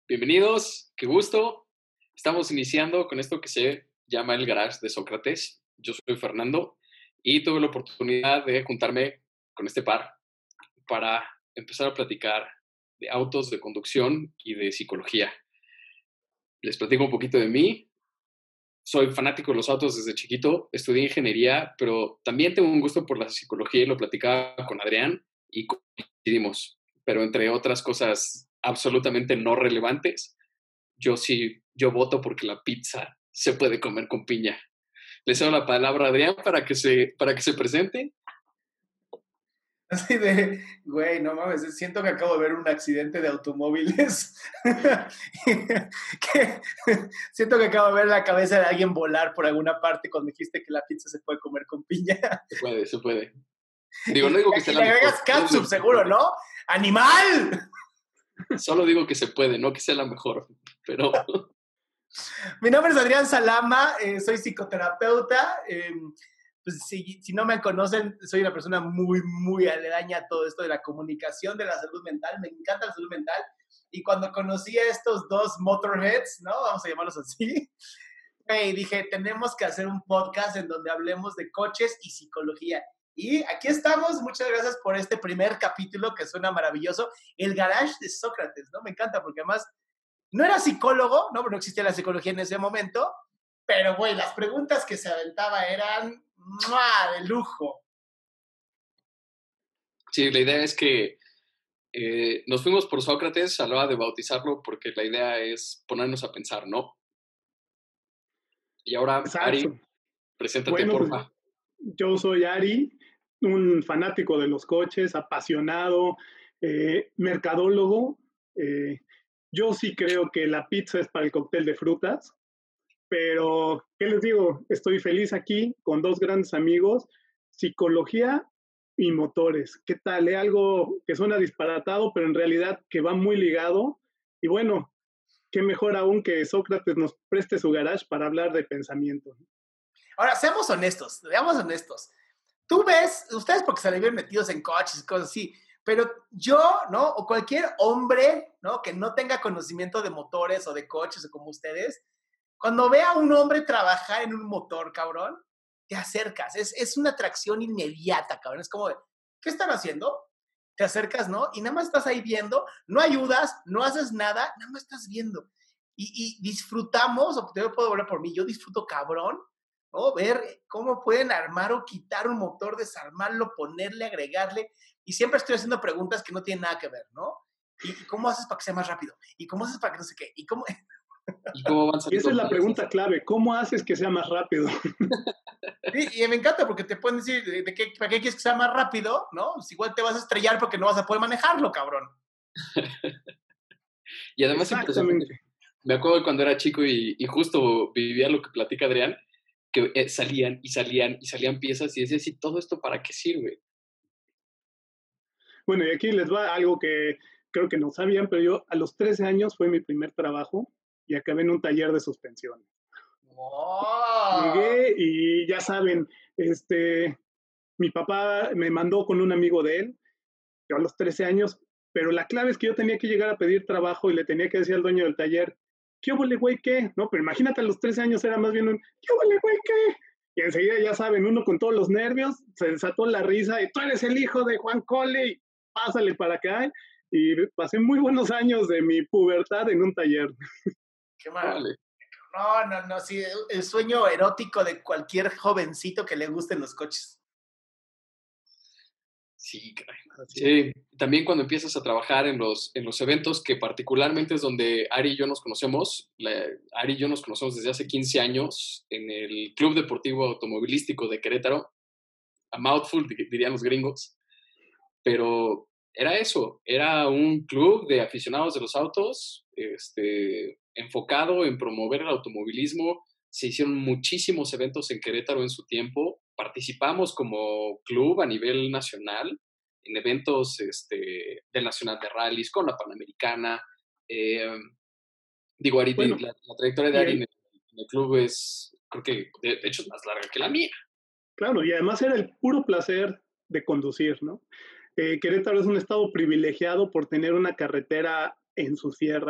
Bienvenidos, qué gusto. Estamos iniciando con esto que se llama el Garage de Sócrates. Yo soy Fernando y tuve la oportunidad de juntarme con este par para empezar a platicar de autos, de conducción y de psicología. Les platico un poquito de mí. Soy fanático de los autos desde chiquito, estudié ingeniería, pero también tengo un gusto por la psicología y lo platicaba con Adrián y coincidimos. Pero entre otras cosas absolutamente no relevantes, yo voto porque la pizza se puede comer con piña. Le cedo la palabra a Adrián para que se presente. Así de, güey, no mames, siento que acabo de ver un accidente de automóviles. Siento que acabo de ver la cabeza de alguien volar por alguna parte cuando dijiste que la pizza se puede comer con piña. Se puede. Digo, no digo que sea Y la le mejor. agregas catsup, seguro, ¿no? ¡Animal! Solo digo que se puede, no que sea la mejor. Pero Mi nombre es Adrián Salama, soy psicoterapeuta. Pues si no me conocen, soy una persona muy aledaña a todo esto de la comunicación, de la salud mental. Me encanta la salud mental. Y cuando conocí a estos dos motorheads, ¿no? Vamos a llamarlos así. Dije, tenemos que hacer un podcast en donde hablemos de coches y psicología. Y aquí estamos. Muchas gracias por este primer capítulo que suena maravilloso. El Garage de Sócrates, ¿no? Me encanta porque además no era psicólogo, ¿no? Porque no existía la psicología en ese momento. Pero, güey, las preguntas que se aventaba eran ¡mua! De lujo. sí, la idea es que nos fuimos por Sócrates a la hora de bautizarlo porque la idea es ponernos a pensar, ¿no? Y ahora, Ari, Exacto. preséntate, Bueno, pues porfa. yo soy Ari, un fanático de los coches, apasionado, mercadólogo. Yo sí creo que la pizza es para el cóctel de frutas, pero ¿qué les digo? Estoy feliz aquí con dos grandes amigos, psicología y motores. ¿Qué tal? Algo que suena disparatado, pero en realidad que va muy ligado. Y bueno, qué mejor aún que Sócrates nos preste su garage para hablar de pensamiento. Ahora, seamos honestos. Tú ves, ustedes porque se le ven metidos en coches y cosas así, pero yo, ¿no? O cualquier hombre, ¿no? Que no tenga conocimiento de motores o de coches o como ustedes, cuando ve a un hombre trabajar en un motor, cabrón, te acercas. Es una atracción inmediata, cabrón. Es como, ¿qué están haciendo? Te acercas, ¿no? Y nada más estás ahí viendo, no ayudas, no haces nada, nada más estás viendo. Y disfrutamos, o yo puedo hablar por mí, yo disfruto cabrón, ¿no? Ver cómo pueden armar o quitar un motor, desarmarlo, ponerle, agregarle. Y siempre estoy haciendo preguntas que no tienen nada que ver, ¿no? ¿Y cómo haces para que sea más rápido? ¿Y cómo haces para que no sé qué? ¿Y cómo? ¿Y cómo van Y esa saliendo es la piezas? pregunta clave, ¿cómo haces que sea más rápido? Y me encanta porque te pueden decir, ¿para qué quieres que sea más rápido? ¿No? Pues igual te vas a estrellar porque no vas a poder manejarlo, cabrón. Y además impresionante. Exactamente. Me acuerdo de cuando era chico y justo vivía lo que platica Adrián, que salían piezas y decía, sí, ¿todo esto para qué sirve? Bueno, y aquí les va algo que creo que no sabían, pero yo a los 13 años fue mi primer trabajo y acabé en un taller de suspensión. ¡Oh! Llegué y ya saben, mi papá me mandó con un amigo de él, yo a los 13 años, pero la clave es que yo tenía que llegar a pedir trabajo y le tenía que decir al dueño del taller, ¿qué óvole, güey, qué? No, pero imagínate a los 13 años era más bien un, ¿qué óvole, güey, qué? Y enseguida, ya saben, uno con todos los nervios, se desató la risa y tú eres el hijo de Juan Cole y pásale para acá. Y pasé muy buenos años de mi pubertad en un taller. ¡Qué maravilla! Órale. No, sí, el sueño erótico de cualquier jovencito que le gusten los coches. Sí, caray. Así es. Sí, también cuando empiezas a trabajar en los eventos, que particularmente es donde Ari y yo nos conocemos, Ari y yo nos conocemos desde hace 15 años en el Club Deportivo Automovilístico de Querétaro, a mouthful, dirían los gringos, pero era eso, era un club de aficionados de los autos, enfocado en promover el automovilismo. Se hicieron muchísimos eventos en Querétaro en su tiempo. Participamos como club a nivel nacional en eventos del Nacional de Rallys, con la Panamericana. Eh, Digo, Ari, Bueno, la trayectoria de y Ari en el club es, creo que de hecho es más larga que la mía. claro, y además era el puro placer de conducir, ¿no? Querétaro es un estado privilegiado por tener una carretera en su sierra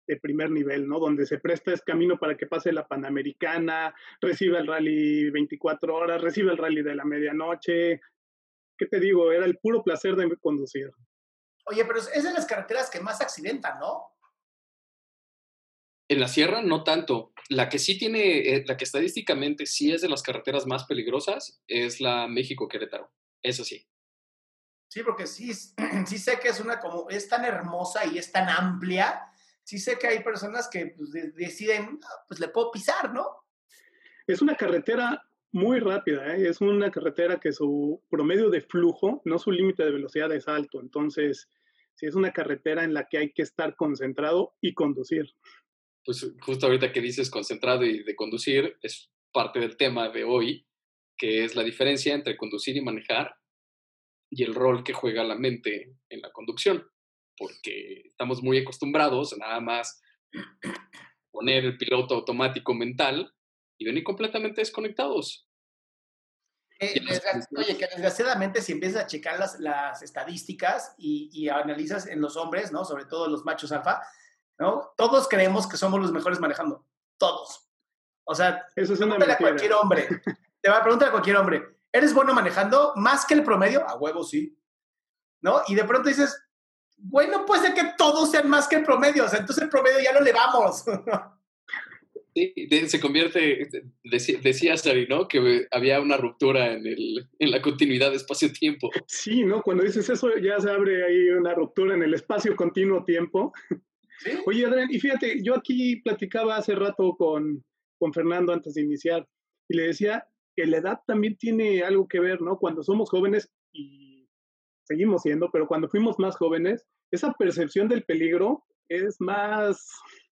de primer nivel, ¿no? Donde se presta es camino para que pase la Panamericana, recibe el rally 24 horas, recibe el rally de la medianoche. ¿Qué te digo? Era el puro placer de conducir. Oye, pero es de las carreteras que más accidentan, ¿no? En la sierra no tanto. La que sí tiene, la que estadísticamente sí es de las carreteras más peligrosas es la México-Querétaro. Eso sí. Sí, porque sí, sí sé que es una como, es tan hermosa y es tan amplia. Sí sé que hay personas que pues, deciden, pues le puedo pisar, ¿no? Es una carretera muy rápida, ¿eh? Es una carretera que su promedio de flujo, no su límite de velocidad es alto. Entonces, sí es una carretera en la que hay que estar concentrado y conducir. Pues justo ahorita que dices concentrado y de conducir, es parte del tema de hoy, que es la diferencia entre conducir y manejar y el rol que juega la mente en la conducción, porque estamos muy acostumbrados a nada más poner el piloto automático mental y venir completamente desconectados. Y Oye, que desgraciadamente si empiezas a checar las estadísticas y analizas en los hombres, ¿no? Sobre todo los machos alfa, ¿no? Todos creemos que somos los mejores manejando. Todos. O sea, Eso es una pregúntale a mentira. cualquier hombre. Te va a preguntar a cualquier hombre. ¿Eres bueno manejando más que el promedio? A huevo, sí. ¿No? Y de pronto dices, güey, no puede ser que todos sean más que el promedio. O sea, entonces el promedio ya lo elevamos. sí, se convierte, decía Sari, ¿no? Que había una ruptura en la continuidad de espacio-tiempo. Sí, ¿no? Cuando dices eso ya se abre ahí una ruptura en el espacio continuo-tiempo. ¿Sí? Oye, Adrián, y fíjate, yo aquí platicaba hace rato con Fernando antes de iniciar y le decía que la edad también tiene algo que ver, ¿no? Cuando somos jóvenes y seguimos siendo, pero cuando fuimos más jóvenes, esa percepción del peligro es más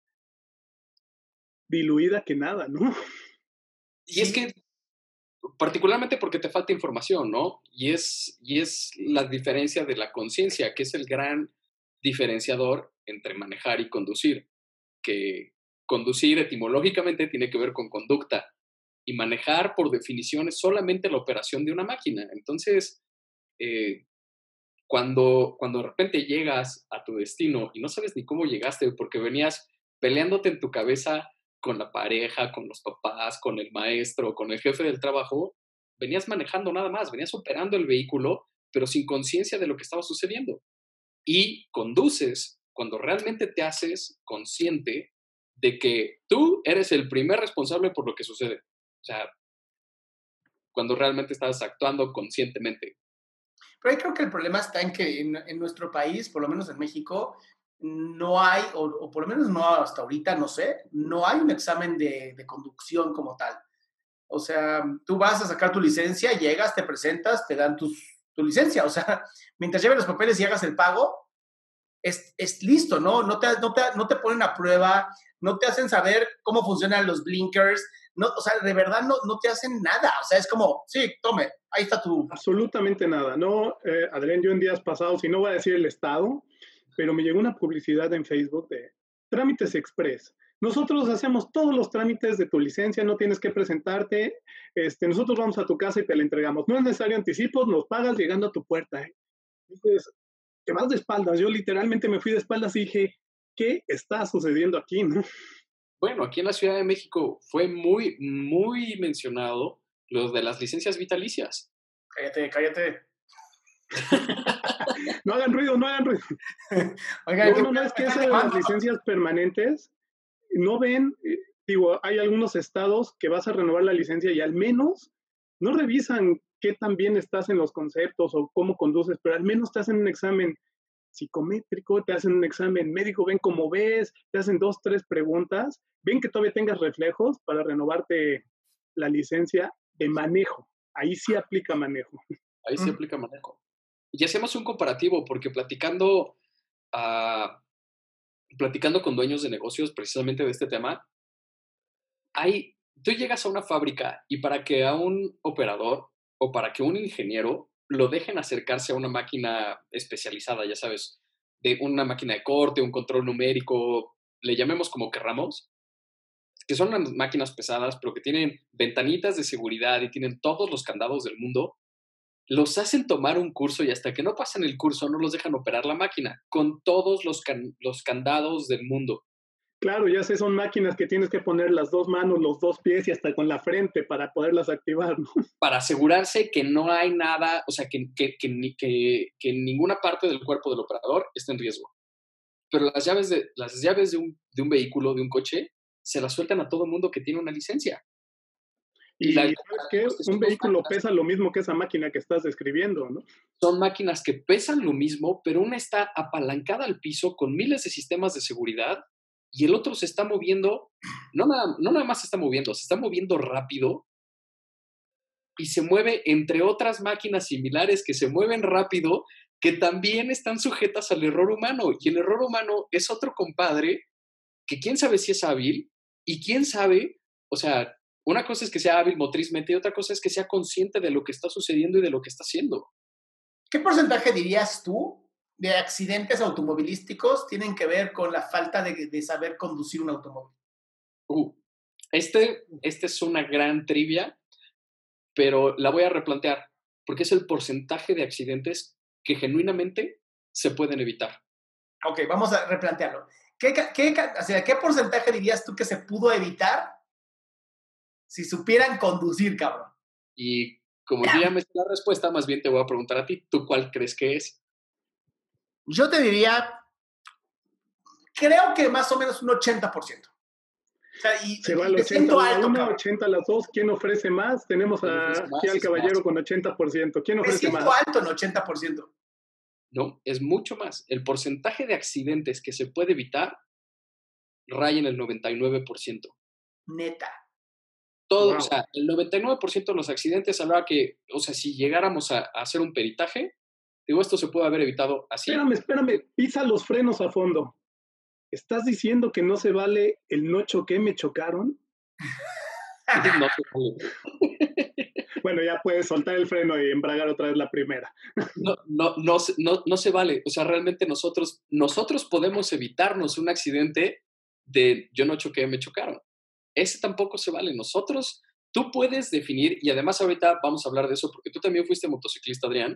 diluida que nada, ¿no? Y es que, particularmente porque te falta información, ¿no? Y es la diferencia de la conciencia, que es el gran diferenciador entre manejar y conducir, que conducir etimológicamente tiene que ver con conducta y manejar por definición es solamente la operación de una máquina. Entonces, eh, cuando de repente llegas a tu destino y no sabes ni cómo llegaste porque venías peleándote en tu cabeza con la pareja, con los papás, con el maestro, con el jefe del trabajo, venías manejando nada más, venías operando el vehículo, pero sin conciencia de lo que estaba sucediendo. Y conduces cuando realmente te haces consciente de que tú eres el primer responsable por lo que sucede. O sea, cuando realmente estás actuando conscientemente. Pero ahí creo que el problema está en que en nuestro país, por lo menos en México, no hay, o por lo menos no hasta ahorita, no sé, no hay un examen de conducción como tal. O sea, tú vas a sacar tu licencia, llegas, te presentas, te dan tu licencia. O sea, mientras lleves los papeles y hagas el pago, es listo, ¿no? No te ponen a prueba, no te hacen saber cómo funcionan los blinkers, no, o sea, de verdad no te hacen nada. O sea, es como, sí, tome, ahí está tu... Absolutamente nada, ¿no? Adrián, yo en días pasados, y no voy a decir el estado, pero me llegó una publicidad en Facebook de Trámites Express. Nosotros hacemos todos los trámites de tu licencia, no tienes que presentarte, nosotros vamos a tu casa y te la entregamos. No es necesario anticipos, nos pagas llegando a tu puerta. Dices, te vas de espaldas. Yo literalmente me fui de espaldas y dije, ¿qué está sucediendo aquí, no? Bueno, aquí en la Ciudad de México fue muy, muy mencionado lo de las licencias vitalicias. Cállate, cállate. No hagan ruido, no hagan ruido. Oigan, No, es que eso de las licencias permanentes, no ven, digo, hay algunos estados que vas a renovar la licencia y al menos no revisan qué tan bien estás en los conceptos o cómo conduces, pero al menos te hacen un examen psicométrico, te hacen un examen médico, ven cómo ves, te hacen 2, 3 preguntas, ven que todavía tengas reflejos para renovarte la licencia de manejo. Ahí sí aplica manejo. Ahí se aplica manejo. Y hacemos un comparativo, porque platicando con dueños de negocios precisamente de este tema, tú llegas a una fábrica y para que a un operador o para que un ingeniero lo dejen acercarse a una máquina especializada, ya sabes, de una máquina de corte, un control numérico, le llamemos como querramos, que son unas máquinas pesadas, pero que tienen ventanitas de seguridad y tienen todos los candados del mundo, los hacen tomar un curso y hasta que no pasan el curso no los dejan operar la máquina con todos los candados del mundo. Claro, ya sé, son máquinas que tienes que poner las dos manos, los dos pies y hasta con la frente para poderlas activar, ¿no? Para asegurarse que no hay nada, o sea, que ninguna parte del cuerpo del operador esté en riesgo. Pero las llaves de un vehículo, de un coche, se las sueltan a todo el mundo que tiene una licencia. Y ¿sabes qué? Un vehículo pesa lo mismo que esa máquina que estás describiendo, ¿no? Son máquinas que pesan lo mismo, pero una está apalancada al piso con miles de sistemas de seguridad y el otro se está moviendo, no nada más se está moviendo rápido y se mueve entre otras máquinas similares que se mueven rápido, que también están sujetas al error humano. Y el error humano es otro compadre que quién sabe si es hábil y quién sabe, o sea, una cosa es que sea hábil motrizmente y otra cosa es que sea consciente de lo que está sucediendo y de lo que está haciendo. ¿Qué porcentaje dirías tú de accidentes automovilísticos tienen que ver con la falta de saber conducir un automóvil? Este es una gran trivia, pero la voy a replantear, porque es el porcentaje de accidentes que genuinamente se pueden evitar. Ok, vamos a replantearlo. ¿Qué porcentaje dirías tú que se pudo evitar si supieran conducir, cabrón? Y como yo ya me sé la respuesta, más bien te voy a preguntar a ti, ¿tú cuál crees que es? Yo te diría, creo que más o menos un 80%. O sea, se va al 80 a la 1, 80 a las 2. ¿Quién ofrece más? Tenemos aquí al caballero con 80%. ¿Quién ofrece más? Me siento alto en 80%. No, es mucho más. El porcentaje de accidentes que se puede evitar raya en el 99%. Neta. Todo, wow. O sea, el 99% de los accidentes, a la hora que, o sea, si llegáramos a hacer un peritaje, digo, esto se puede haber evitado así. Espérame, pisa los frenos a fondo. ¿Estás diciendo que no se vale el no choqué, me chocaron? No se vale. Bueno, ya puedes soltar el freno y embragar otra vez la primera. No se vale. O sea, realmente nosotros podemos evitarnos un accidente de yo no choqué, me chocaron. Ese tampoco se vale. Tú puedes definir, y además ahorita vamos a hablar de eso, porque tú también fuiste motociclista, Adrián.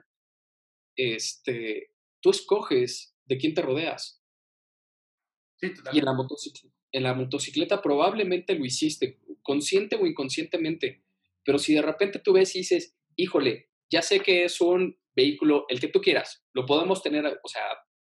Tú escoges de quién te rodeas. Sí, y en la motocicleta probablemente lo hiciste, consciente o inconscientemente. Pero si de repente tú ves y dices, híjole, ya sé que es un vehículo, el que tú quieras, lo podemos tener, o sea,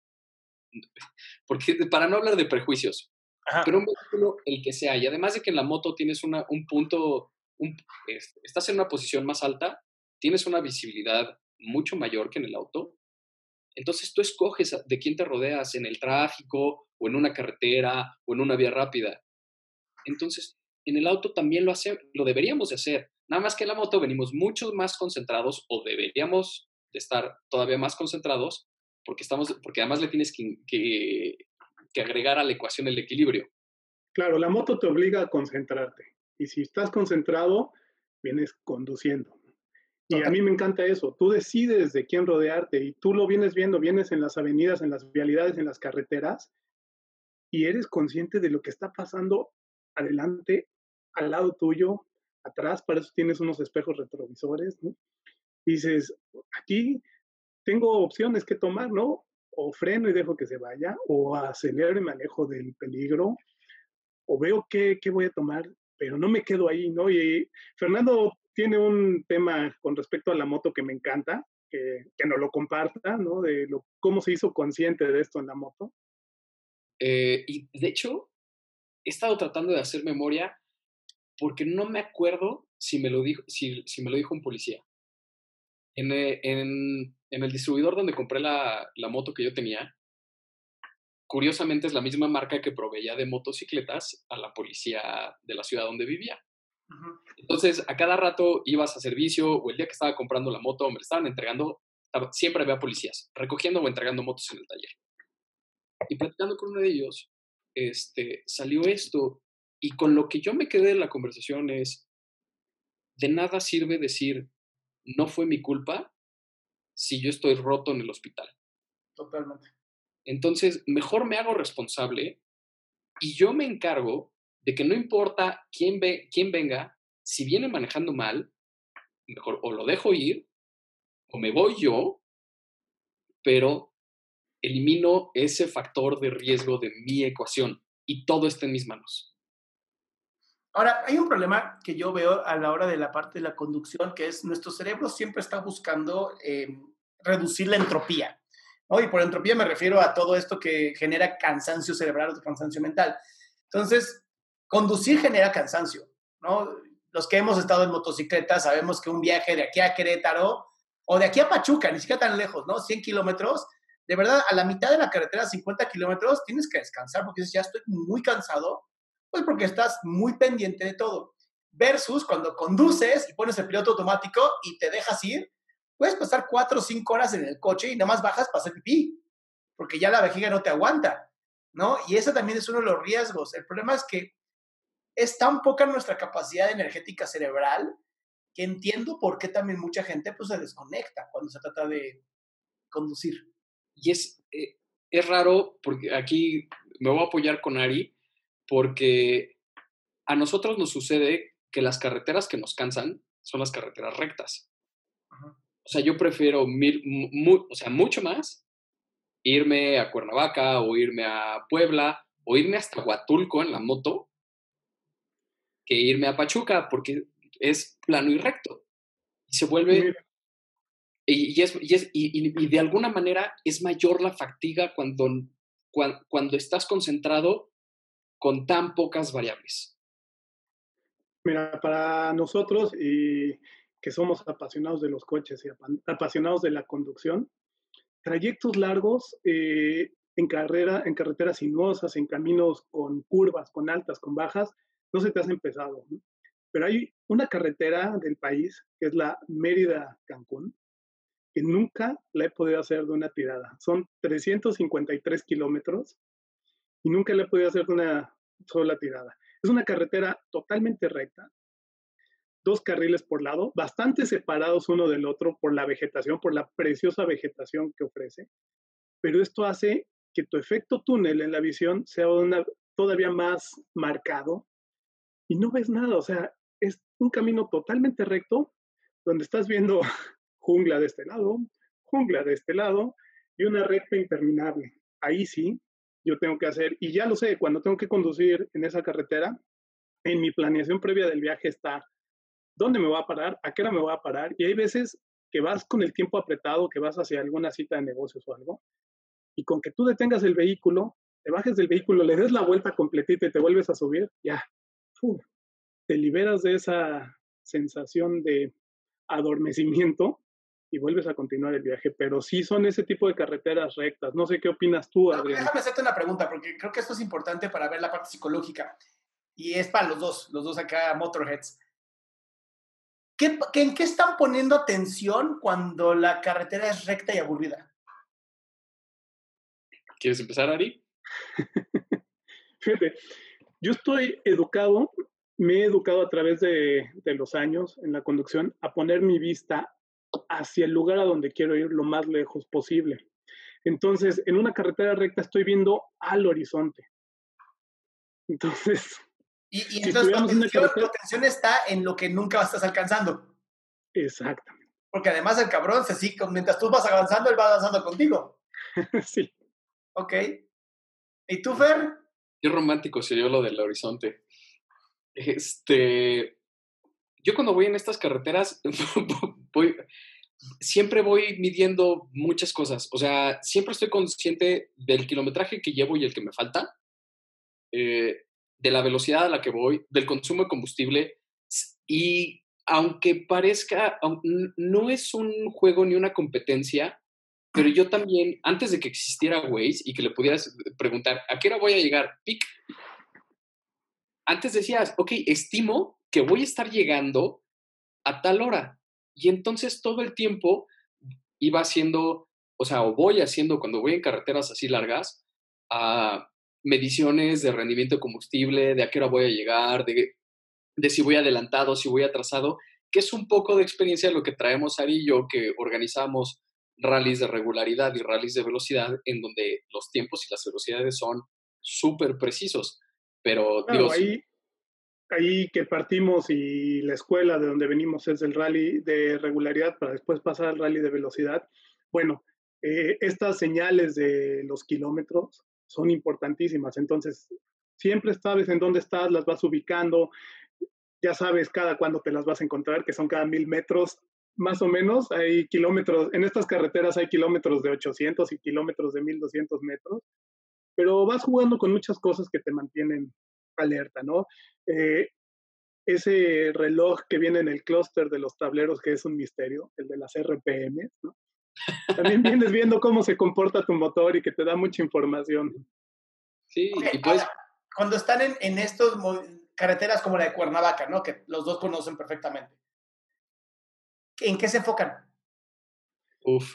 porque para no hablar de prejuicios, ajá, pero un vehículo, el que sea, y además de que en la moto tienes un punto, estás en una posición más alta, tienes una visibilidad mucho mayor que en el auto, entonces tú escoges de quién te rodeas en el tráfico o en una carretera o en una vía rápida. Entonces, en el auto también lo deberíamos de hacer. Nada más que en la moto venimos mucho más concentrados o deberíamos de estar todavía más concentrados porque además le tienes que agregar a la ecuación el equilibrio. Claro, la moto te obliga a concentrarte. Y si estás concentrado, vienes conduciendo. Y a mí me encanta eso. Tú decides de quién rodearte y tú lo vienes viendo, vienes en las avenidas, en las vialidades, en las carreteras y eres consciente de lo que está pasando adelante, al lado tuyo, atrás. Para eso tienes unos espejos retrovisores, ¿no? Y dices, aquí tengo opciones que tomar, ¿no? O freno y dejo que se vaya, o acelero y me alejo del peligro, o veo qué voy a tomar, pero no me quedo ahí, ¿no? Y Fernando tiene un tema con respecto a la moto que me encanta, que nos lo comparta, ¿no? De cómo se hizo consciente de esto en la moto. Y de hecho, he estado tratando de hacer memoria porque no me acuerdo si me lo dijo un policía. En el distribuidor donde compré la moto que yo tenía, curiosamente es la misma marca que proveía de motocicletas a la policía de la ciudad donde vivía. Uh-huh. Entonces, a cada rato ibas a servicio o el día que estaba comprando la moto, me la estaban entregando, siempre había policías recogiendo o entregando motos en el taller. Y platicando con uno de ellos, salió esto y con lo que yo me quedé en la conversación es, de nada sirve decir, no fue mi culpa si yo estoy roto en el hospital. Totalmente. Entonces, mejor me hago responsable y yo me encargo de que no importa quién venga, si viene manejando mal, mejor o lo dejo ir o me voy yo, pero elimino ese factor de riesgo de mi ecuación. y todo está en mis manos. Ahora, hay un problema que yo veo a la hora de la parte de la conducción, que es nuestro cerebro siempre está buscando reducir la entropía, ¿no? Y por entropía me refiero a todo esto que genera cansancio cerebral o cansancio mental. Entonces, conducir genera cansancio, ¿no? Los que hemos estado en motocicleta sabemos que un viaje de aquí a Querétaro o de aquí a Pachuca, ni siquiera tan lejos, ¿no? 100 kilómetros, de verdad, a la mitad de la carretera, 50 kilómetros, tienes que descansar porque dices, ya estoy muy cansado, pues porque estás muy pendiente de todo. Versus cuando conduces y pones el piloto automático y te dejas ir, puedes pasar 4 o 5 horas en el coche y nada más bajas para hacer pipí, porque ya la vejiga no te aguanta, ¿no? Y ese también es uno de los riesgos. El problema es que es tan poca nuestra capacidad energética cerebral que entiendo por qué también mucha gente pues, se desconecta cuando se trata de conducir. Y es raro, porque aquí me voy a apoyar con Ari, porque a nosotros nos sucede que las carreteras que nos cansan son las carreteras rectas. Ajá. O sea, yo prefiero mucho más irme a Cuernavaca o irme a Puebla o irme hasta Huatulco en la moto que irme a Pachuca porque es plano y recto. Y se vuelve, y de alguna manera es mayor la fatiga cuando estás concentrado con tan pocas variables. Mira, para nosotros y que somos apasionados de los coches y apasionados de la conducción, trayectos largos en carreteras sinuosas, en caminos con curvas, con altas, con bajas, no se te hacen pesado, ¿no? Pero hay una carretera del país, que es la Mérida-Cancún, que nunca la he podido hacer de una tirada. Son 353 kilómetros y nunca la he podido hacer de una sola tirada. Es una carretera totalmente recta, 2 carriles por lado, bastante separados uno del otro por la vegetación, por la preciosa vegetación que ofrece, pero esto hace que tu efecto túnel en la visión sea todavía más marcado y no ves nada, o sea, es un camino totalmente recto donde estás viendo jungla de este lado, jungla de este lado y una recta interminable. Ahí sí, yo tengo que hacer, y ya lo sé, cuando tengo que conducir en esa carretera, en mi planeación previa del viaje está dónde me voy a parar, a qué hora me voy a parar, y hay veces que vas con el tiempo apretado, que vas hacia alguna cita de negocios o algo, y con que tú detengas el vehículo, te bajes del vehículo, le des la vuelta completita y te vuelves a subir, ya, te liberas de esa sensación de adormecimiento y vuelves a continuar el viaje. Pero sí son ese tipo de carreteras rectas. No sé qué opinas tú, Adrián. Déjame hacerte una pregunta, porque creo que esto es importante para ver la parte psicológica. Y es para los dos acá motorheads. ¿En qué están poniendo atención cuando la carretera es recta y aburrida? ¿Quieres empezar, Ari? Fíjate, yo estoy educado, me he educado a través de los años en la conducción a poner mi vista hacia el lugar a donde quiero ir lo más lejos posible. Entonces, en una carretera recta estoy viendo al horizonte. Entonces, Y si entonces estuviéramos en una tu carretera... atención está en lo que nunca estás alcanzando. Exactamente. Porque además el cabrón, mientras tú vas avanzando, él va avanzando contigo. Sí. Ok. ¿Y tú, Fer? Qué romántico sería lo del horizonte. Yo cuando voy en estas carreteras, siempre voy midiendo muchas cosas. O sea, siempre estoy consciente del kilometraje que llevo y el que me falta, de la velocidad a la que voy, del consumo de combustible. Y aunque parezca, no es un juego ni una competencia, pero yo también, antes de que existiera Waze y que le pudieras preguntar, ¿a qué hora voy a llegar? Pic. Antes decías, ok, estimo que voy a estar llegando a tal hora. Y entonces todo el tiempo iba haciendo, o sea, o voy haciendo cuando voy en carreteras así largas, mediciones de rendimiento de combustible, de a qué hora voy a llegar, de si voy adelantado, si voy atrasado, que es un poco de experiencia de lo que traemos Ari y yo, que organizamos rallies de regularidad y rallies de velocidad, en donde los tiempos y las velocidades son súper precisos. Pero digo, Claro, ahí que partimos y la escuela de donde venimos es el rally de regularidad para después pasar al rally de velocidad. Bueno, estas señales de los kilómetros son importantísimas. Entonces, siempre sabes en dónde estás, las vas ubicando, ya sabes cada cuándo te las vas a encontrar, que son cada 1000 metros, más o menos. Hay kilómetros, en estas carreteras hay kilómetros de 800 y kilómetros de 1200 metros, pero vas jugando con muchas cosas que te mantienen alerta, ¿no? Ese reloj que viene en el clúster de los tableros, que es un misterio, el de las RPM, ¿no? También vienes viendo cómo se comporta tu motor y que te da mucha información. Sí, Okay, y pues... ahora, cuando están en estos carreteras como la de Cuernavaca, ¿no? Que los dos conocen perfectamente. ¿En qué se enfocan? Uf.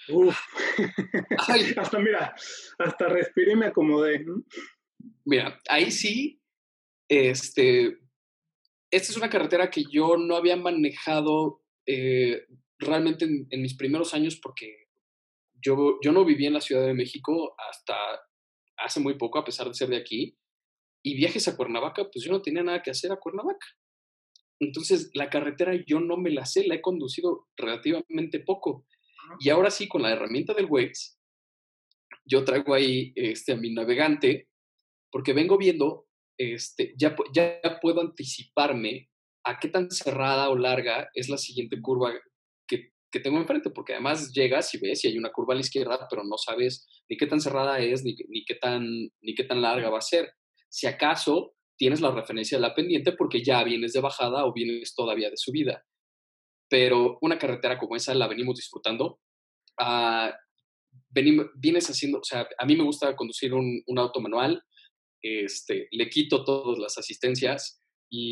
Hasta mira, hasta respiré y me acomodé, ¿no? Mira, ahí sí, esta es una carretera que yo no había manejado realmente en mis primeros años porque yo no viví en la Ciudad de México hasta hace muy poco, a pesar de ser de aquí, y viajes a Cuernavaca, pues yo no tenía nada que hacer a Cuernavaca. Entonces, la carretera yo no me la sé, la he conducido relativamente poco. Y ahora sí, con la herramienta del Waze, yo traigo ahí a mi navegante, porque vengo viendo, ya puedo anticiparme a qué tan cerrada o larga es la siguiente curva que tengo enfrente, porque además llegas y ves y hay una curva a la izquierda, pero no sabes ni qué tan cerrada es, ni qué tan larga va a ser. Si acaso tienes la referencia de la pendiente porque ya vienes de bajada o vienes todavía de subida. Pero una carretera como esa la venimos disfrutando. Uh, vienes haciendo, o sea, a mí me gusta conducir un auto manual, le quito todas las asistencias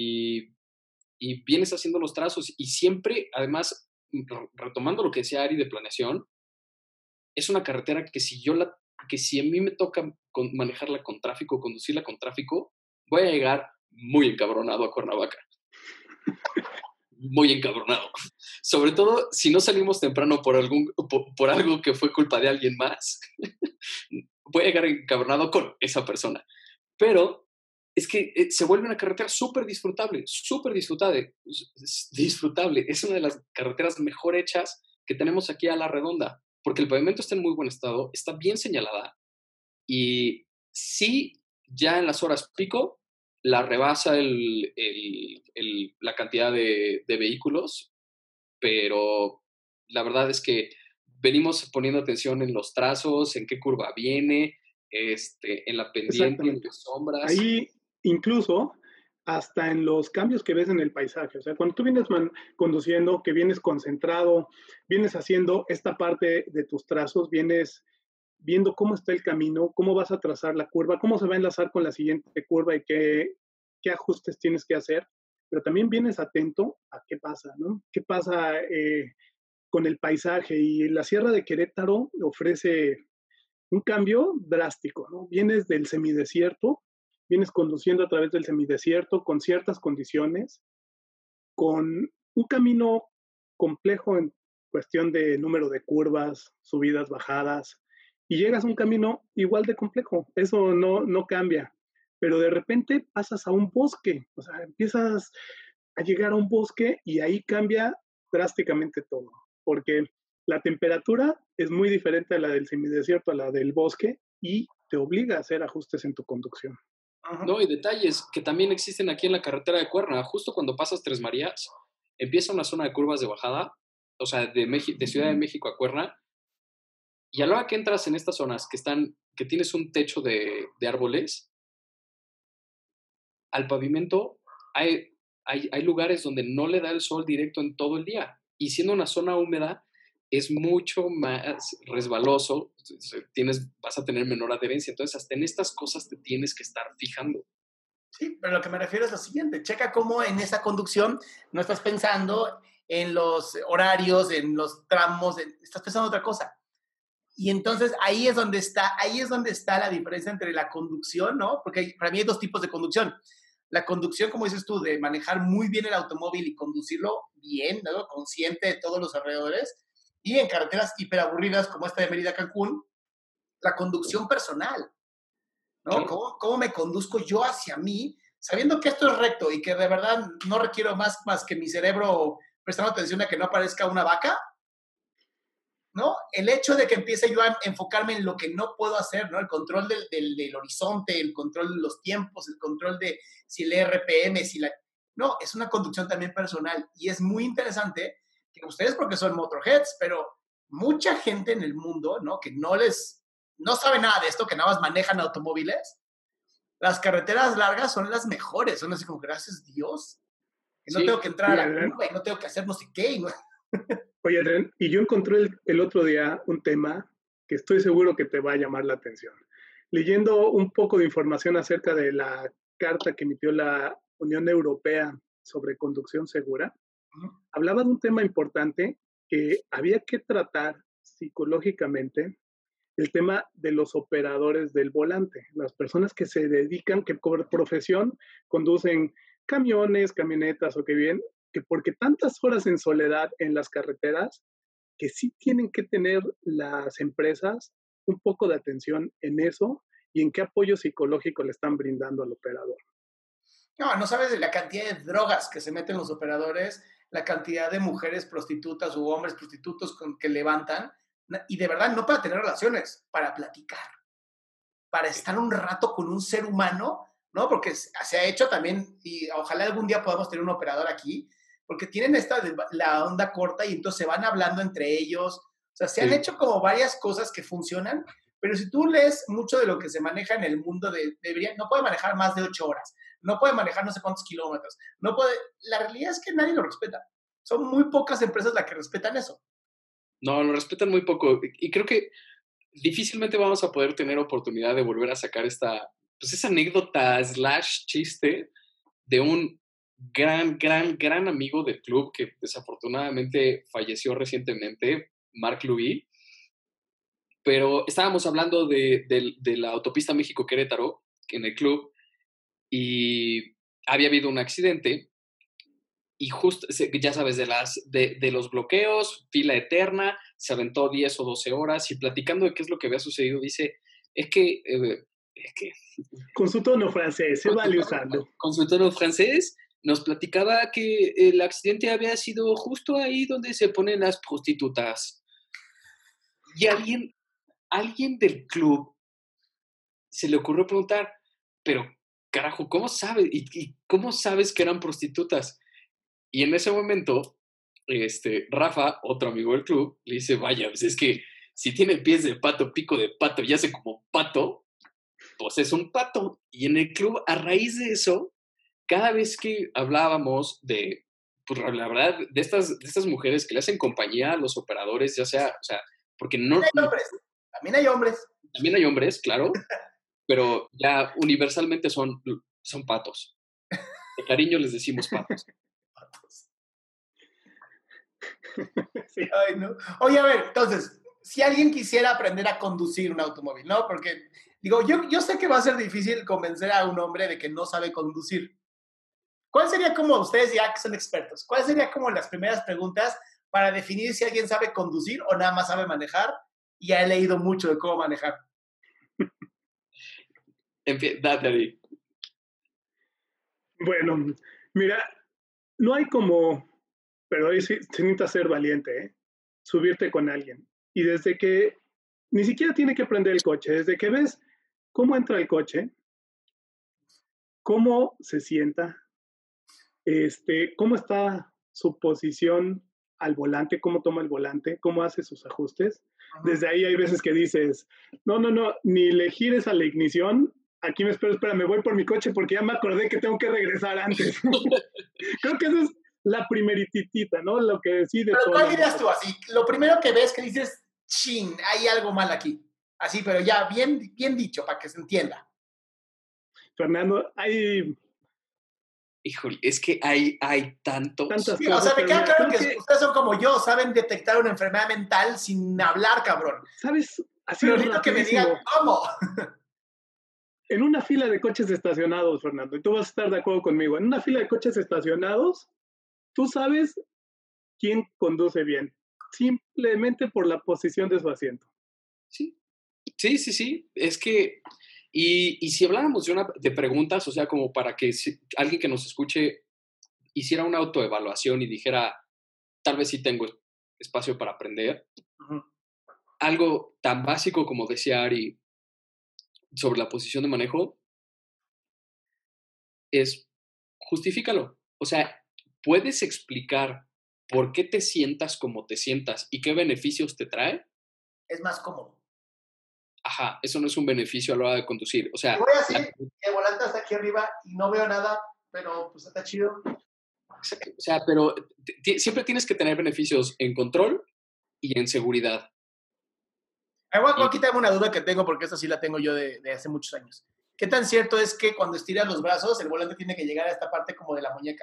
y vienes haciendo los trazos y siempre, además, retomando lo que decía Ari de planeación, es una carretera que si a mí me toca manejarla con tráfico, conducirla con tráfico, voy a llegar muy encabronado a Cuernavaca. Muy encabronado. Sobre todo si no salimos temprano por algo que fue culpa de alguien más, voy a llegar encabronado con esa persona. Pero es que se vuelve una carretera súper disfrutable, súper disfrutable. Es una de las carreteras mejor hechas que tenemos aquí a la redonda, porque el pavimento está en muy buen estado, está bien señalada y sí, ya en las horas pico, la rebasa la cantidad de vehículos, pero la verdad es que venimos poniendo atención en los trazos, en qué curva viene, en la pendiente, en las sombras. Ahí incluso hasta en los cambios que ves en el paisaje. O sea, cuando tú vienes conduciendo, que vienes concentrado, vienes haciendo esta parte de tus trazos, vienes viendo cómo está el camino, cómo vas a trazar la curva, cómo se va a enlazar con la siguiente curva y qué ajustes tienes que hacer. Pero también vienes atento a qué pasa, ¿no? ¿Qué pasa con el paisaje? Y la Sierra de Querétaro ofrece un cambio drástico, ¿no? Vienes del semidesierto, vienes conduciendo a través del semidesierto con ciertas condiciones, con un camino complejo en cuestión de número de curvas, subidas, bajadas, y llegas a un camino igual de complejo. Eso no cambia. Pero de repente pasas a un bosque, o sea, empiezas a llegar a un bosque y ahí cambia drásticamente todo, porque la temperatura es muy diferente a la del semidesierto, a la del bosque, y te obliga a hacer ajustes en tu conducción. No, y detalles que también existen aquí en la carretera de Cuerna. Justo cuando pasas Tres Marías, empieza una zona de curvas de bajada, o sea, de Ciudad de México a Cuerna, y a la hora que entras en estas zonas que tienes un techo de árboles, al pavimento hay lugares donde no le da el sol directo en todo el día. Y siendo una zona húmeda, es mucho más resbaloso, vas a tener menor adherencia. Entonces, hasta en estas cosas te tienes que estar fijando. Sí, pero lo que me refiero es lo siguiente. Checa cómo en esa conducción no estás pensando en los horarios, en los tramos, estás pensando en otra cosa. Y entonces ahí es donde está la diferencia entre la conducción, ¿no? Porque para mí hay dos tipos de conducción. La conducción, como dices tú, de manejar muy bien el automóvil y conducirlo bien, ¿no? Consciente de todos los alrededores. Y en carreteras hiperaburridas como esta de Mérida Cancún, la conducción personal, ¿no? ¿Cómo me conduzco yo hacia mí, sabiendo que esto es recto y que de verdad no requiero más que mi cerebro prestando atención a que no aparezca una vaca? ¿no? El hecho de que empiece yo a enfocarme en lo que no puedo hacer, ¿no? El control del horizonte, el control de los tiempos, el control de si el RPM, si la... No, es una conducción también personal y es muy interesante que ustedes porque son motorheads, pero mucha gente en el mundo, ¿no? Que no sabe nada de esto, que nada más manejan automóviles, las carreteras largas son las mejores, son así como, gracias Dios, que no Sí. tengo que entrar a la curva y no tengo que hacer no sé qué. Y no... Oye, Adrián, y yo encontré el otro día un tema que estoy seguro que te va a llamar la atención. Leyendo un poco de información acerca de la carta que emitió la Unión Europea sobre conducción segura, hablaba de un tema importante que había que tratar psicológicamente, el tema de los operadores del volante, las personas que se dedican, que por profesión conducen camiones, camionetas o qué bien, que porque tantas horas en soledad en las carreteras, que sí tienen que tener las empresas un poco de atención en eso y en qué apoyo psicológico le están brindando al operador. No sabes de la cantidad de drogas que se meten los operadores, la cantidad de mujeres prostitutas u hombres prostitutos que levantan, y de verdad no para tener relaciones, para platicar, para estar un rato con un ser humano, ¿no? Porque se ha hecho también, y ojalá algún día podamos tener un operador aquí, porque tienen la onda corta y entonces se van hablando entre ellos. O sea, se han hecho como varias cosas que funcionan, pero si tú lees mucho de lo que se maneja en el mundo, no puede manejar más de 8 horas, no puede manejar no sé cuántos kilómetros, no puede, la realidad es que nadie lo respeta. Son muy pocas empresas las que respetan eso. No, lo respetan muy poco. Y creo que difícilmente vamos a poder tener oportunidad de volver a sacar esa anécdota / chiste de un gran amigo del club que desafortunadamente falleció recientemente, Marc Louis. Pero estábamos hablando de la autopista México-Querétaro en el club y había habido un accidente y justo, ya sabes, de los bloqueos, fila eterna, se aventó 10 o 12 horas y platicando de qué es lo que había sucedido, dice, es que con su tono francés, se vale usarlo. Con su tono francés, nos platicaba que el accidente había sido justo ahí donde se ponen las prostitutas. Y alguien del club se le ocurrió preguntar, pero carajo, ¿cómo sabes? ¿Y cómo sabes que eran prostitutas? Y en ese momento, Rafa, otro amigo del club, le dice, vaya, pues es que si tiene pies de pato, pico de pato y hace como pato, pues es un pato. Y en el club, a raíz de eso, cada vez que hablábamos pues la verdad, de estas mujeres que le hacen compañía a los operadores, ya sea, o sea, porque no... También hay hombres. También hay hombres, claro, pero ya universalmente son patos. De cariño les decimos patos. Sí. Ay, no. Oye, a ver, entonces, si alguien quisiera aprender a conducir un automóvil, ¿no? Porque, digo, yo sé que va a ser difícil convencer a un hombre de que no sabe conducir. ¿Cuál sería como, ustedes ya que son expertos, cuál sería como las primeras preguntas para definir si alguien sabe conducir o nada más sabe manejar y ha leído mucho de cómo manejar? En fin, date ahí. Bueno, mira, no hay como, pero ahí sí, se necesita ser valiente, ¿eh? Subirte con alguien. Y desde que, ni siquiera tiene que prender el coche, desde que ves cómo entra el coche, cómo se sienta, cómo está su posición al volante, cómo toma el volante, cómo hace sus ajustes. Desde ahí hay veces que dices, no, ni le gires a la ignición, aquí me espera, me voy por mi coche porque ya me acordé que tengo que regresar antes. Creo que esa es la primeritita, ¿no? Lo que decide todo. Pero ¿cuál dirías tú así? Lo primero que ves que dices, chin, hay algo mal aquí. Así, pero ya bien dicho, para que se entienda. Fernando, hay... Híjole, es que hay tantos. Tantas sí, cosas. O sea, me queda claro que ustedes son como yo, saben detectar una enfermedad mental sin hablar, cabrón. ¿Sabes? Así pero necesito que me digan cómo. En una fila de coches estacionados, Fernando, y tú vas a estar de acuerdo conmigo, en una fila de coches estacionados, tú sabes quién conduce bien, simplemente por la posición de su asiento. Sí. Es que, y si habláramos de preguntas, o sea, como para que alguien que nos escuche hiciera una autoevaluación y dijera, tal vez sí tengo espacio para aprender, algo tan básico como decía Ari sobre la posición de manejo es justifícalo. O sea, puedes explicar por qué te sientas como te sientas y qué beneficios te trae. Es más cómodo. Ajá, eso no es un beneficio a la hora de conducir. O Te sea, voy a decir, el volante está aquí arriba y no veo nada, pero pues está chido. o sea, pero siempre tienes que tener beneficios en control y en seguridad. Voy a quitarme una duda que tengo, porque esta sí la tengo yo de hace muchos años. ¿Qué tan cierto es que cuando estiras los brazos, el volante tiene que llegar a esta parte como de la muñeca?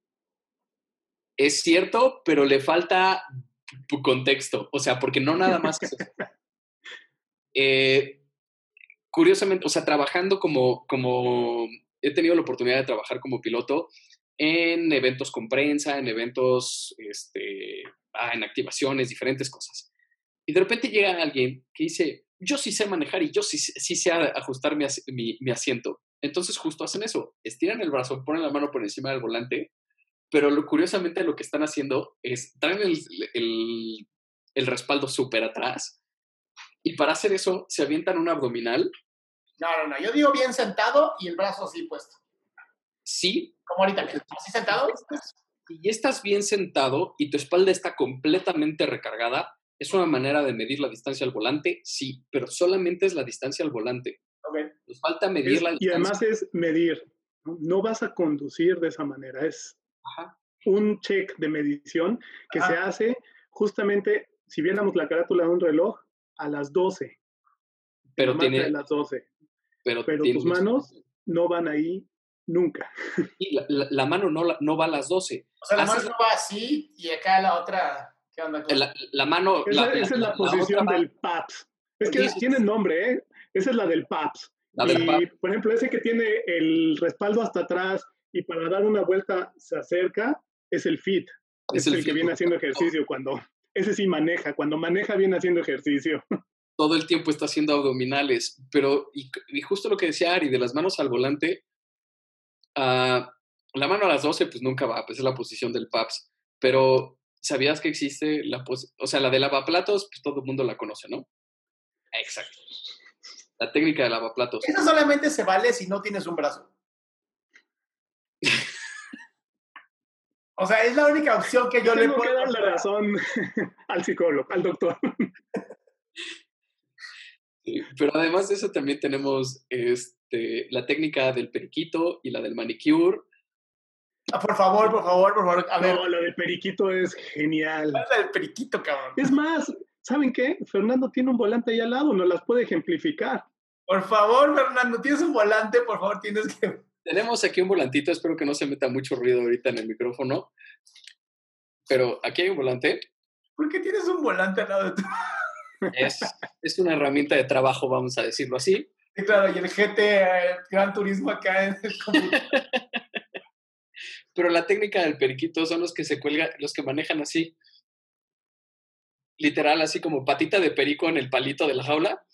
Es cierto, pero le falta contexto. O sea, porque no nada más es eso. Curiosamente, o sea, trabajando como he tenido la oportunidad de trabajar como piloto en eventos con prensa, en eventos, en activaciones, diferentes cosas. Y de repente llega alguien que dice, yo sí sé manejar y yo sí sé ajustar mi asiento. Entonces justo hacen eso, estiran el brazo, ponen la mano por encima del volante, pero curiosamente lo que están haciendo es traen el respaldo súper atrás y para hacer eso se avientan un abdominal. No. Yo digo bien sentado y el brazo así puesto. Sí. Como ahorita, así sentado. Si estás bien sentado y tu espalda está completamente recargada, ¿es una manera de medir la distancia al volante? Sí, pero solamente es la distancia al volante. Okay. Nos falta medir la distancia. Y además es medir. No vas a conducir de esa manera. Es Ajá. un check de medición que se hace justamente, si viéramos la carátula de un reloj, a las 12. Pero tiene las 12. Pero tus manos no van ahí nunca. Y la mano no va a las 12. O sea, la mano no va así y acá la otra, ¿qué onda? La mano... Esa es la posición del PAPS. Es que tiene nombre, ¿eh? Esa es la del PAPS. Y, por ejemplo, ese que tiene el respaldo hasta atrás y para dar una vuelta se acerca, es el FIT. Es el que viene haciendo ejercicio cuando... Ese sí maneja. Cuando maneja viene haciendo ejercicio. Todo el tiempo está haciendo abdominales. Pero, y justo lo que decía Ari, de las manos al volante, la mano a las 12, pues nunca va, pues es la posición del PAPS. Pero, ¿sabías que existe o sea, la de lavaplatos? Pues todo el mundo la conoce, ¿no? Exacto. La técnica de lavaplatos. Esa solamente se vale si no tienes un brazo. O sea, es la única opción que yo le puedo... Tengo que darle razón al psicólogo, al doctor. Sí, pero además de eso también tenemos la técnica del periquito y la del manicure. Por favor. A ver. No, la del periquito es genial. La del periquito, cabrón. Es más, ¿saben qué? Fernando tiene un volante ahí al lado, nos las puede ejemplificar. Por favor, Fernando, tienes un volante, por favor, tienes que... Tenemos aquí un volantito, espero que no se meta mucho ruido ahorita en el micrófono. Pero aquí hay un volante. ¿Por qué tienes un volante al lado de tu...? Es una herramienta de trabajo, vamos a decirlo así. Sí, claro, y el GT Gran Turismo acá en el computador. Pero la técnica del periquito son los que se cuelgan, los que manejan así. Literal, así como patita de perico en el palito de la jaula.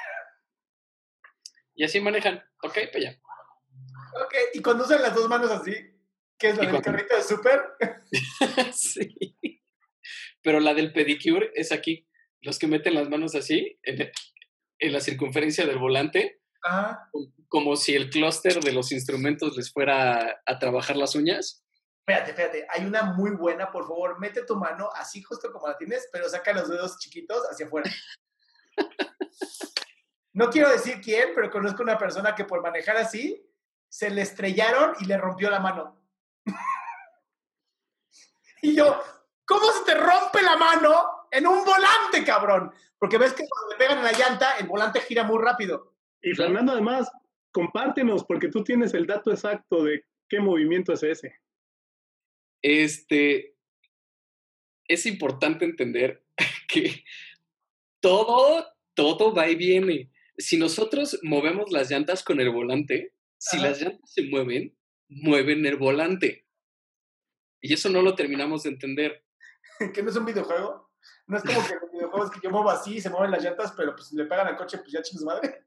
Y así manejan. Ok, pues ya. Ok, y cuando usan las dos manos así, ¿qué es la del carrito de súper? Sí. Pero la del pedicure es aquí. Los que meten las manos así, en la circunferencia del volante, como si el clúster de los instrumentos les fuera a trabajar las uñas. Espérate, hay una muy buena, por favor, mete tu mano así justo como la tienes, pero saca los dedos chiquitos hacia afuera. No quiero decir quién, pero conozco una persona que por manejar así, se le estrellaron y le rompió la mano. Y yo, ¿cómo se te rompe la mano en un volante, cabrón? Porque ves que cuando le pegan en la llanta, el volante gira muy rápido. Y Fernando, además, compártenos, porque tú tienes el dato exacto de qué movimiento es ese. Es importante entender que todo va y viene. Si nosotros movemos las llantas con el volante, si las llantas se mueven el volante. Y eso no lo terminamos de entender. ¿Que no es un videojuego? No es como que los videojuegos que yo muevo así y se mueven las llantas, pero pues si le pegan al coche, pues ya chingas madre.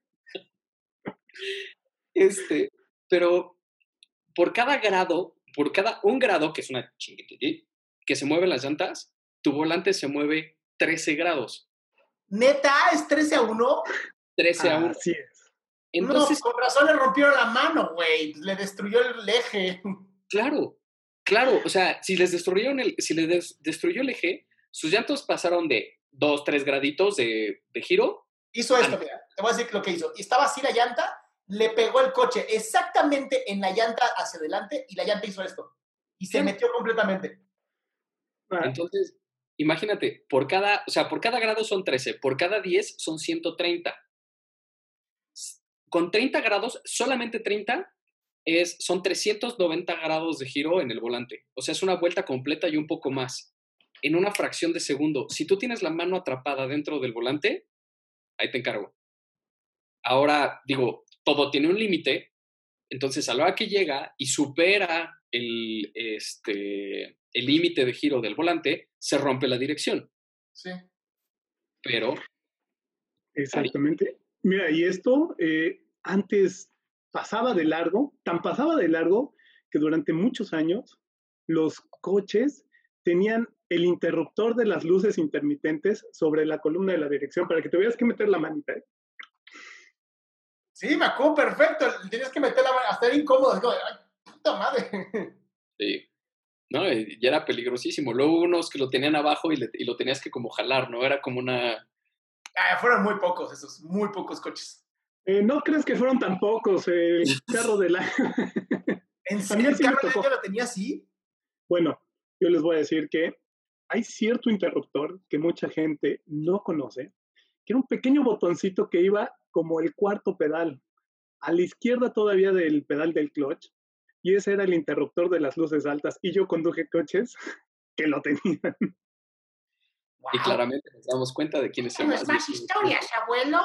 Pero por cada un grado, que es una chinguitilla, que se mueven las llantas, tu volante se mueve 13 grados. ¿Neta? ¿Es 13-1? 13-1. Así es. Entonces, no, con razón le rompieron la mano, güey. Le destruyó el eje. claro, o sea, si les destruyó el eje, sus llantos pasaron de 2, 3 graditos de giro. Hizo esto, mira, te voy a decir lo que hizo. Estaba así la llanta, le pegó el coche exactamente en la llanta hacia adelante y la llanta hizo esto. Y se metió completamente. Entonces, imagínate, por cada grado son 13, por cada 10 son 130. Con 30 grados, solamente 30, son 390 grados de giro en el volante. O sea, es una vuelta completa y un poco más. En una fracción de segundo. Si tú tienes la mano atrapada dentro del volante, ahí te encargo. Ahora, digo, todo tiene un límite. Entonces, a la hora que llega y supera el límite de giro del volante, se rompe la dirección. Sí. Pero... Exactamente. Mira, y esto antes pasaba de largo, tan pasaba de largo que durante muchos años los coches tenían el interruptor de las luces intermitentes sobre la columna de la dirección para que tuvieras que meter la manita. Sí, me acuerdo perfecto. Tenías que meter la mano, hasta era incómodo. Digo, ay, puta madre. Sí. No, ya era peligrosísimo. Luego unos que lo tenían abajo y lo tenías que como jalar, ¿no? Era como una... Fueron muy pocos esos, muy pocos coches. No crees que fueron tan pocos el carro del año. ¿En serio el sí carro del año lo tenía así? Bueno, yo les voy a decir que hay cierto interruptor que mucha gente no conoce, que era un pequeño botoncito que iba como el cuarto pedal, a la izquierda todavía del pedal del clutch, y ese era el interruptor de las luces altas, y yo conduje coches que lo tenían. Wow. Y claramente nos damos cuenta de quién es el más historias, abuelo.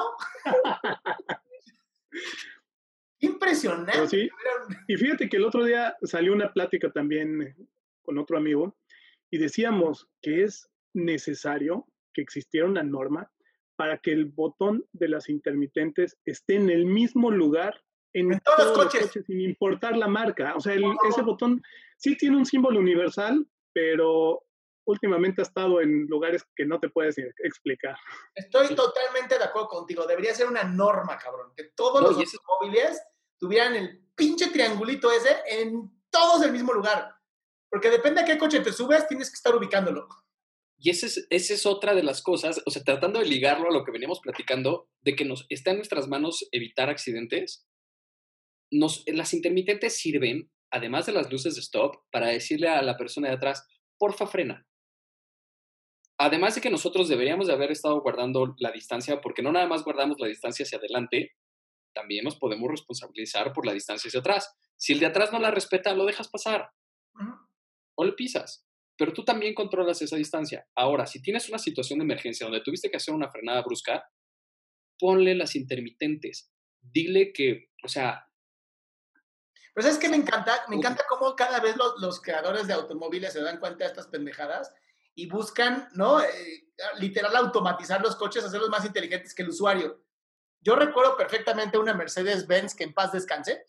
Impresionante. Sí. Y fíjate que el otro día salió una plática también con otro amigo y decíamos que es necesario que existiera una norma para que el botón de las intermitentes esté en el mismo lugar en todos los coches, sin importar la marca. O sea, ese botón sí tiene un símbolo universal, pero últimamente ha estado en lugares que no te puedes explicar. Estoy totalmente de acuerdo contigo. Debería ser una norma, cabrón. Que todos los automóviles tuvieran el pinche triangulito ese en todos el mismo lugar. Porque depende a qué coche te subes, tienes que estar ubicándolo. Y esa es otra de las cosas, o sea, tratando de ligarlo a lo que veníamos platicando, de que está en nuestras manos evitar accidentes. Las intermitentes sirven, además de las luces de stop, para decirle a la persona de atrás, porfa, frena. Además de que nosotros deberíamos de haber estado guardando la distancia, porque no nada más guardamos la distancia hacia adelante, también nos podemos responsabilizar por la distancia hacia atrás. Si el de atrás no la respeta, lo dejas pasar. O le pisas. Pero tú también controlas esa distancia. Ahora, si tienes una situación de emergencia donde tuviste que hacer una frenada brusca, ponle las intermitentes. Dile que, o sea... Pero ¿sabes qué me encanta? Me encanta cómo cada vez los creadores de automóviles se dan cuenta de estas pendejadas y buscan, ¿no? Literal, automatizar los coches, hacerlos más inteligentes que el usuario. Yo recuerdo perfectamente una Mercedes-Benz que en paz descanse.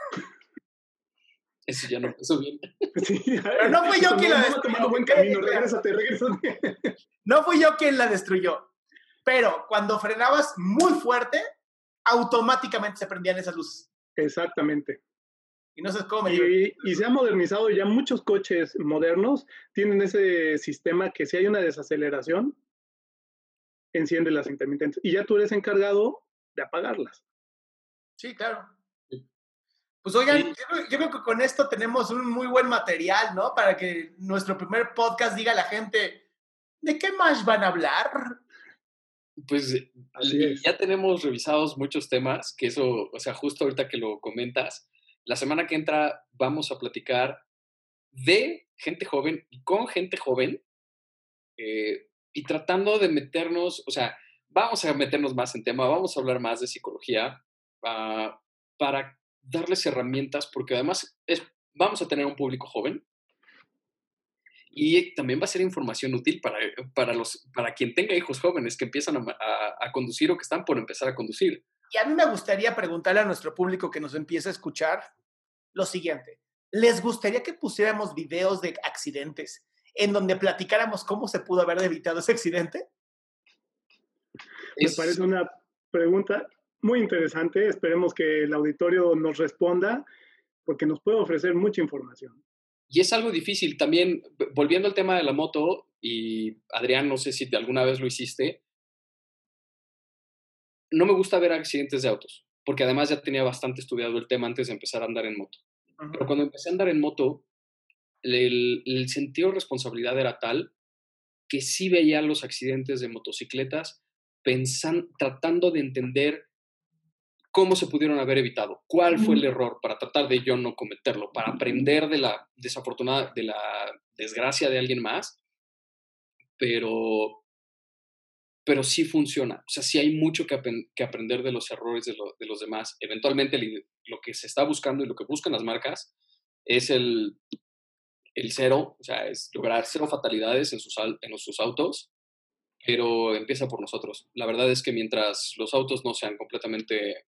Eso ya no pasó bien. Sí, pero no fui yo quien la destruyó. Buen camino, regrésate. No fui yo quien la destruyó. Pero cuando frenabas muy fuerte, automáticamente se prendían esas luces. Exactamente. Y no sé cómo y se ha modernizado, ya muchos coches modernos tienen ese sistema que si hay una desaceleración, enciende las intermitentes. Y ya tú eres encargado de apagarlas. Sí, claro. Pues oigan, yo creo que con esto tenemos un muy buen material, ¿no? Para que nuestro primer podcast diga a la gente, ¿de qué más van a hablar? Pues ya tenemos revisados muchos temas, que eso, o sea, justo ahorita que lo comentas, la semana que entra vamos a platicar de gente joven y con gente joven y tratando de meternos, o sea, vamos a meternos más en tema, vamos a hablar más de psicología para darles herramientas, porque además vamos a tener un público joven y también va a ser información útil para quien tenga hijos jóvenes que empiezan a conducir o que están por empezar a conducir. Y a mí me gustaría preguntarle a nuestro público que nos empiece a escuchar lo siguiente. ¿Les gustaría que pusiéramos videos de accidentes en donde platicáramos cómo se pudo haber evitado ese accidente? Me parece una pregunta muy interesante. Esperemos que el auditorio nos responda porque nos puede ofrecer mucha información. Y es algo difícil. También, volviendo al tema de la moto, y Adrián, no sé si alguna vez lo hiciste, no me gusta ver accidentes de autos, porque además ya tenía bastante estudiado el tema antes de empezar a andar en moto. Pero cuando empecé a andar en moto, el sentido de responsabilidad era tal que sí veía los accidentes de motocicletas tratando de entender cómo se pudieron haber evitado, cuál fue el error para tratar de yo no cometerlo, para aprender de la desgracia de alguien más, pero sí funciona. O sea, sí hay mucho que aprender de los errores de los demás. Eventualmente lo que se está buscando y lo que buscan las marcas es el cero, o sea, es lograr cero fatalidades en sus autos, pero empieza por nosotros. La verdad es que mientras los autos no sean completamente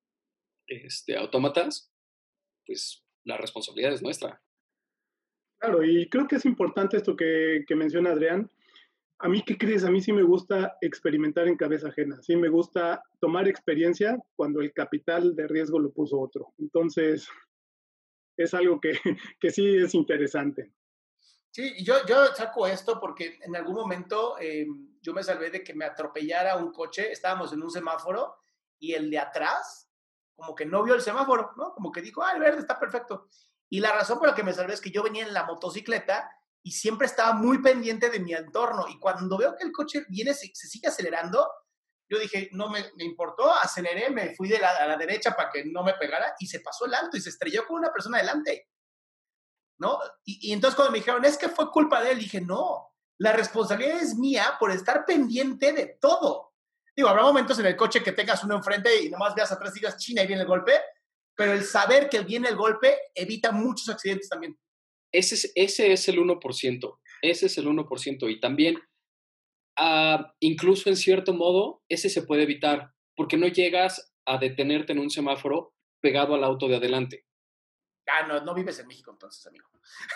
autómatas, pues la responsabilidad es nuestra. Claro, y creo que es importante esto que menciona Adrián. A mí, ¿qué crees? A mí sí me gusta experimentar en cabeza ajena. Sí me gusta tomar experiencia cuando el capital de riesgo lo puso otro. Entonces, es algo que sí es interesante. Sí, yo saco esto porque en algún momento yo me salvé de que me atropellara un coche. Estábamos en un semáforo y el de atrás como que no vio el semáforo, ¿no? Como que dijo, el verde está perfecto. Y la razón por la que me salvé es que yo venía en la motocicleta y siempre estaba muy pendiente de mi entorno. Y cuando veo que el coche viene, se sigue acelerando, yo dije, no me importó, aceleré, me fui a la derecha para que no me pegara y se pasó el alto y se estrelló con una persona delante, ¿no? Y entonces cuando me dijeron, es que fue culpa de él, dije, no, la responsabilidad es mía por estar pendiente de todo. Digo, habrá momentos en el coche que tengas uno enfrente y nomás veas atrás y digas, China, y viene el golpe, pero el saber que viene el golpe evita muchos accidentes también. Ese es el 1%, ese es el 1%, y también, incluso en cierto modo, ese se puede evitar, porque no llegas a detenerte en un semáforo pegado al auto de adelante. No vives en México entonces, amigo.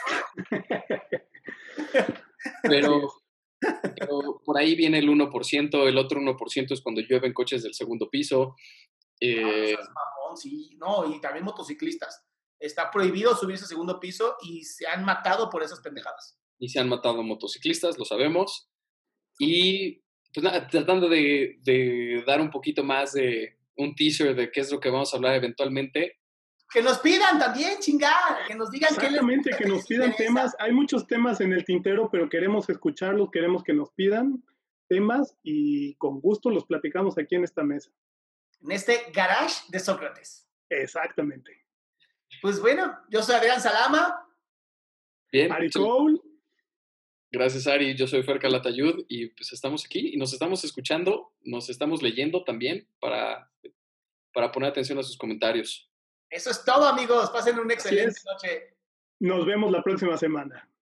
Pero por ahí viene el 1%, el otro 1% es cuando llueven coches del segundo piso. Mamón, sí, no, y también motociclistas. Está prohibido subirse al segundo piso y se han matado por esas pendejadas. Y se han matado motociclistas, lo sabemos. Y pues nada, tratando de dar un poquito más de un teaser de qué es lo que vamos a hablar eventualmente. Que nos pidan también, chingada, que nos digan exactamente, que nos pidan temas. Hay muchos temas en el tintero, pero queremos escucharlos, queremos que nos pidan temas y con gusto los platicamos aquí en esta mesa. En este garage de Sócrates. Exactamente. Pues bueno, yo soy Adrián Salama. Bien. Ari Cole. Gracias, Ari. Yo soy Fer Calatayud y pues estamos aquí y nos estamos escuchando, nos estamos leyendo también para poner atención a sus comentarios. Eso es todo, amigos. Pasen una excelente noche. Nos vemos la próxima semana.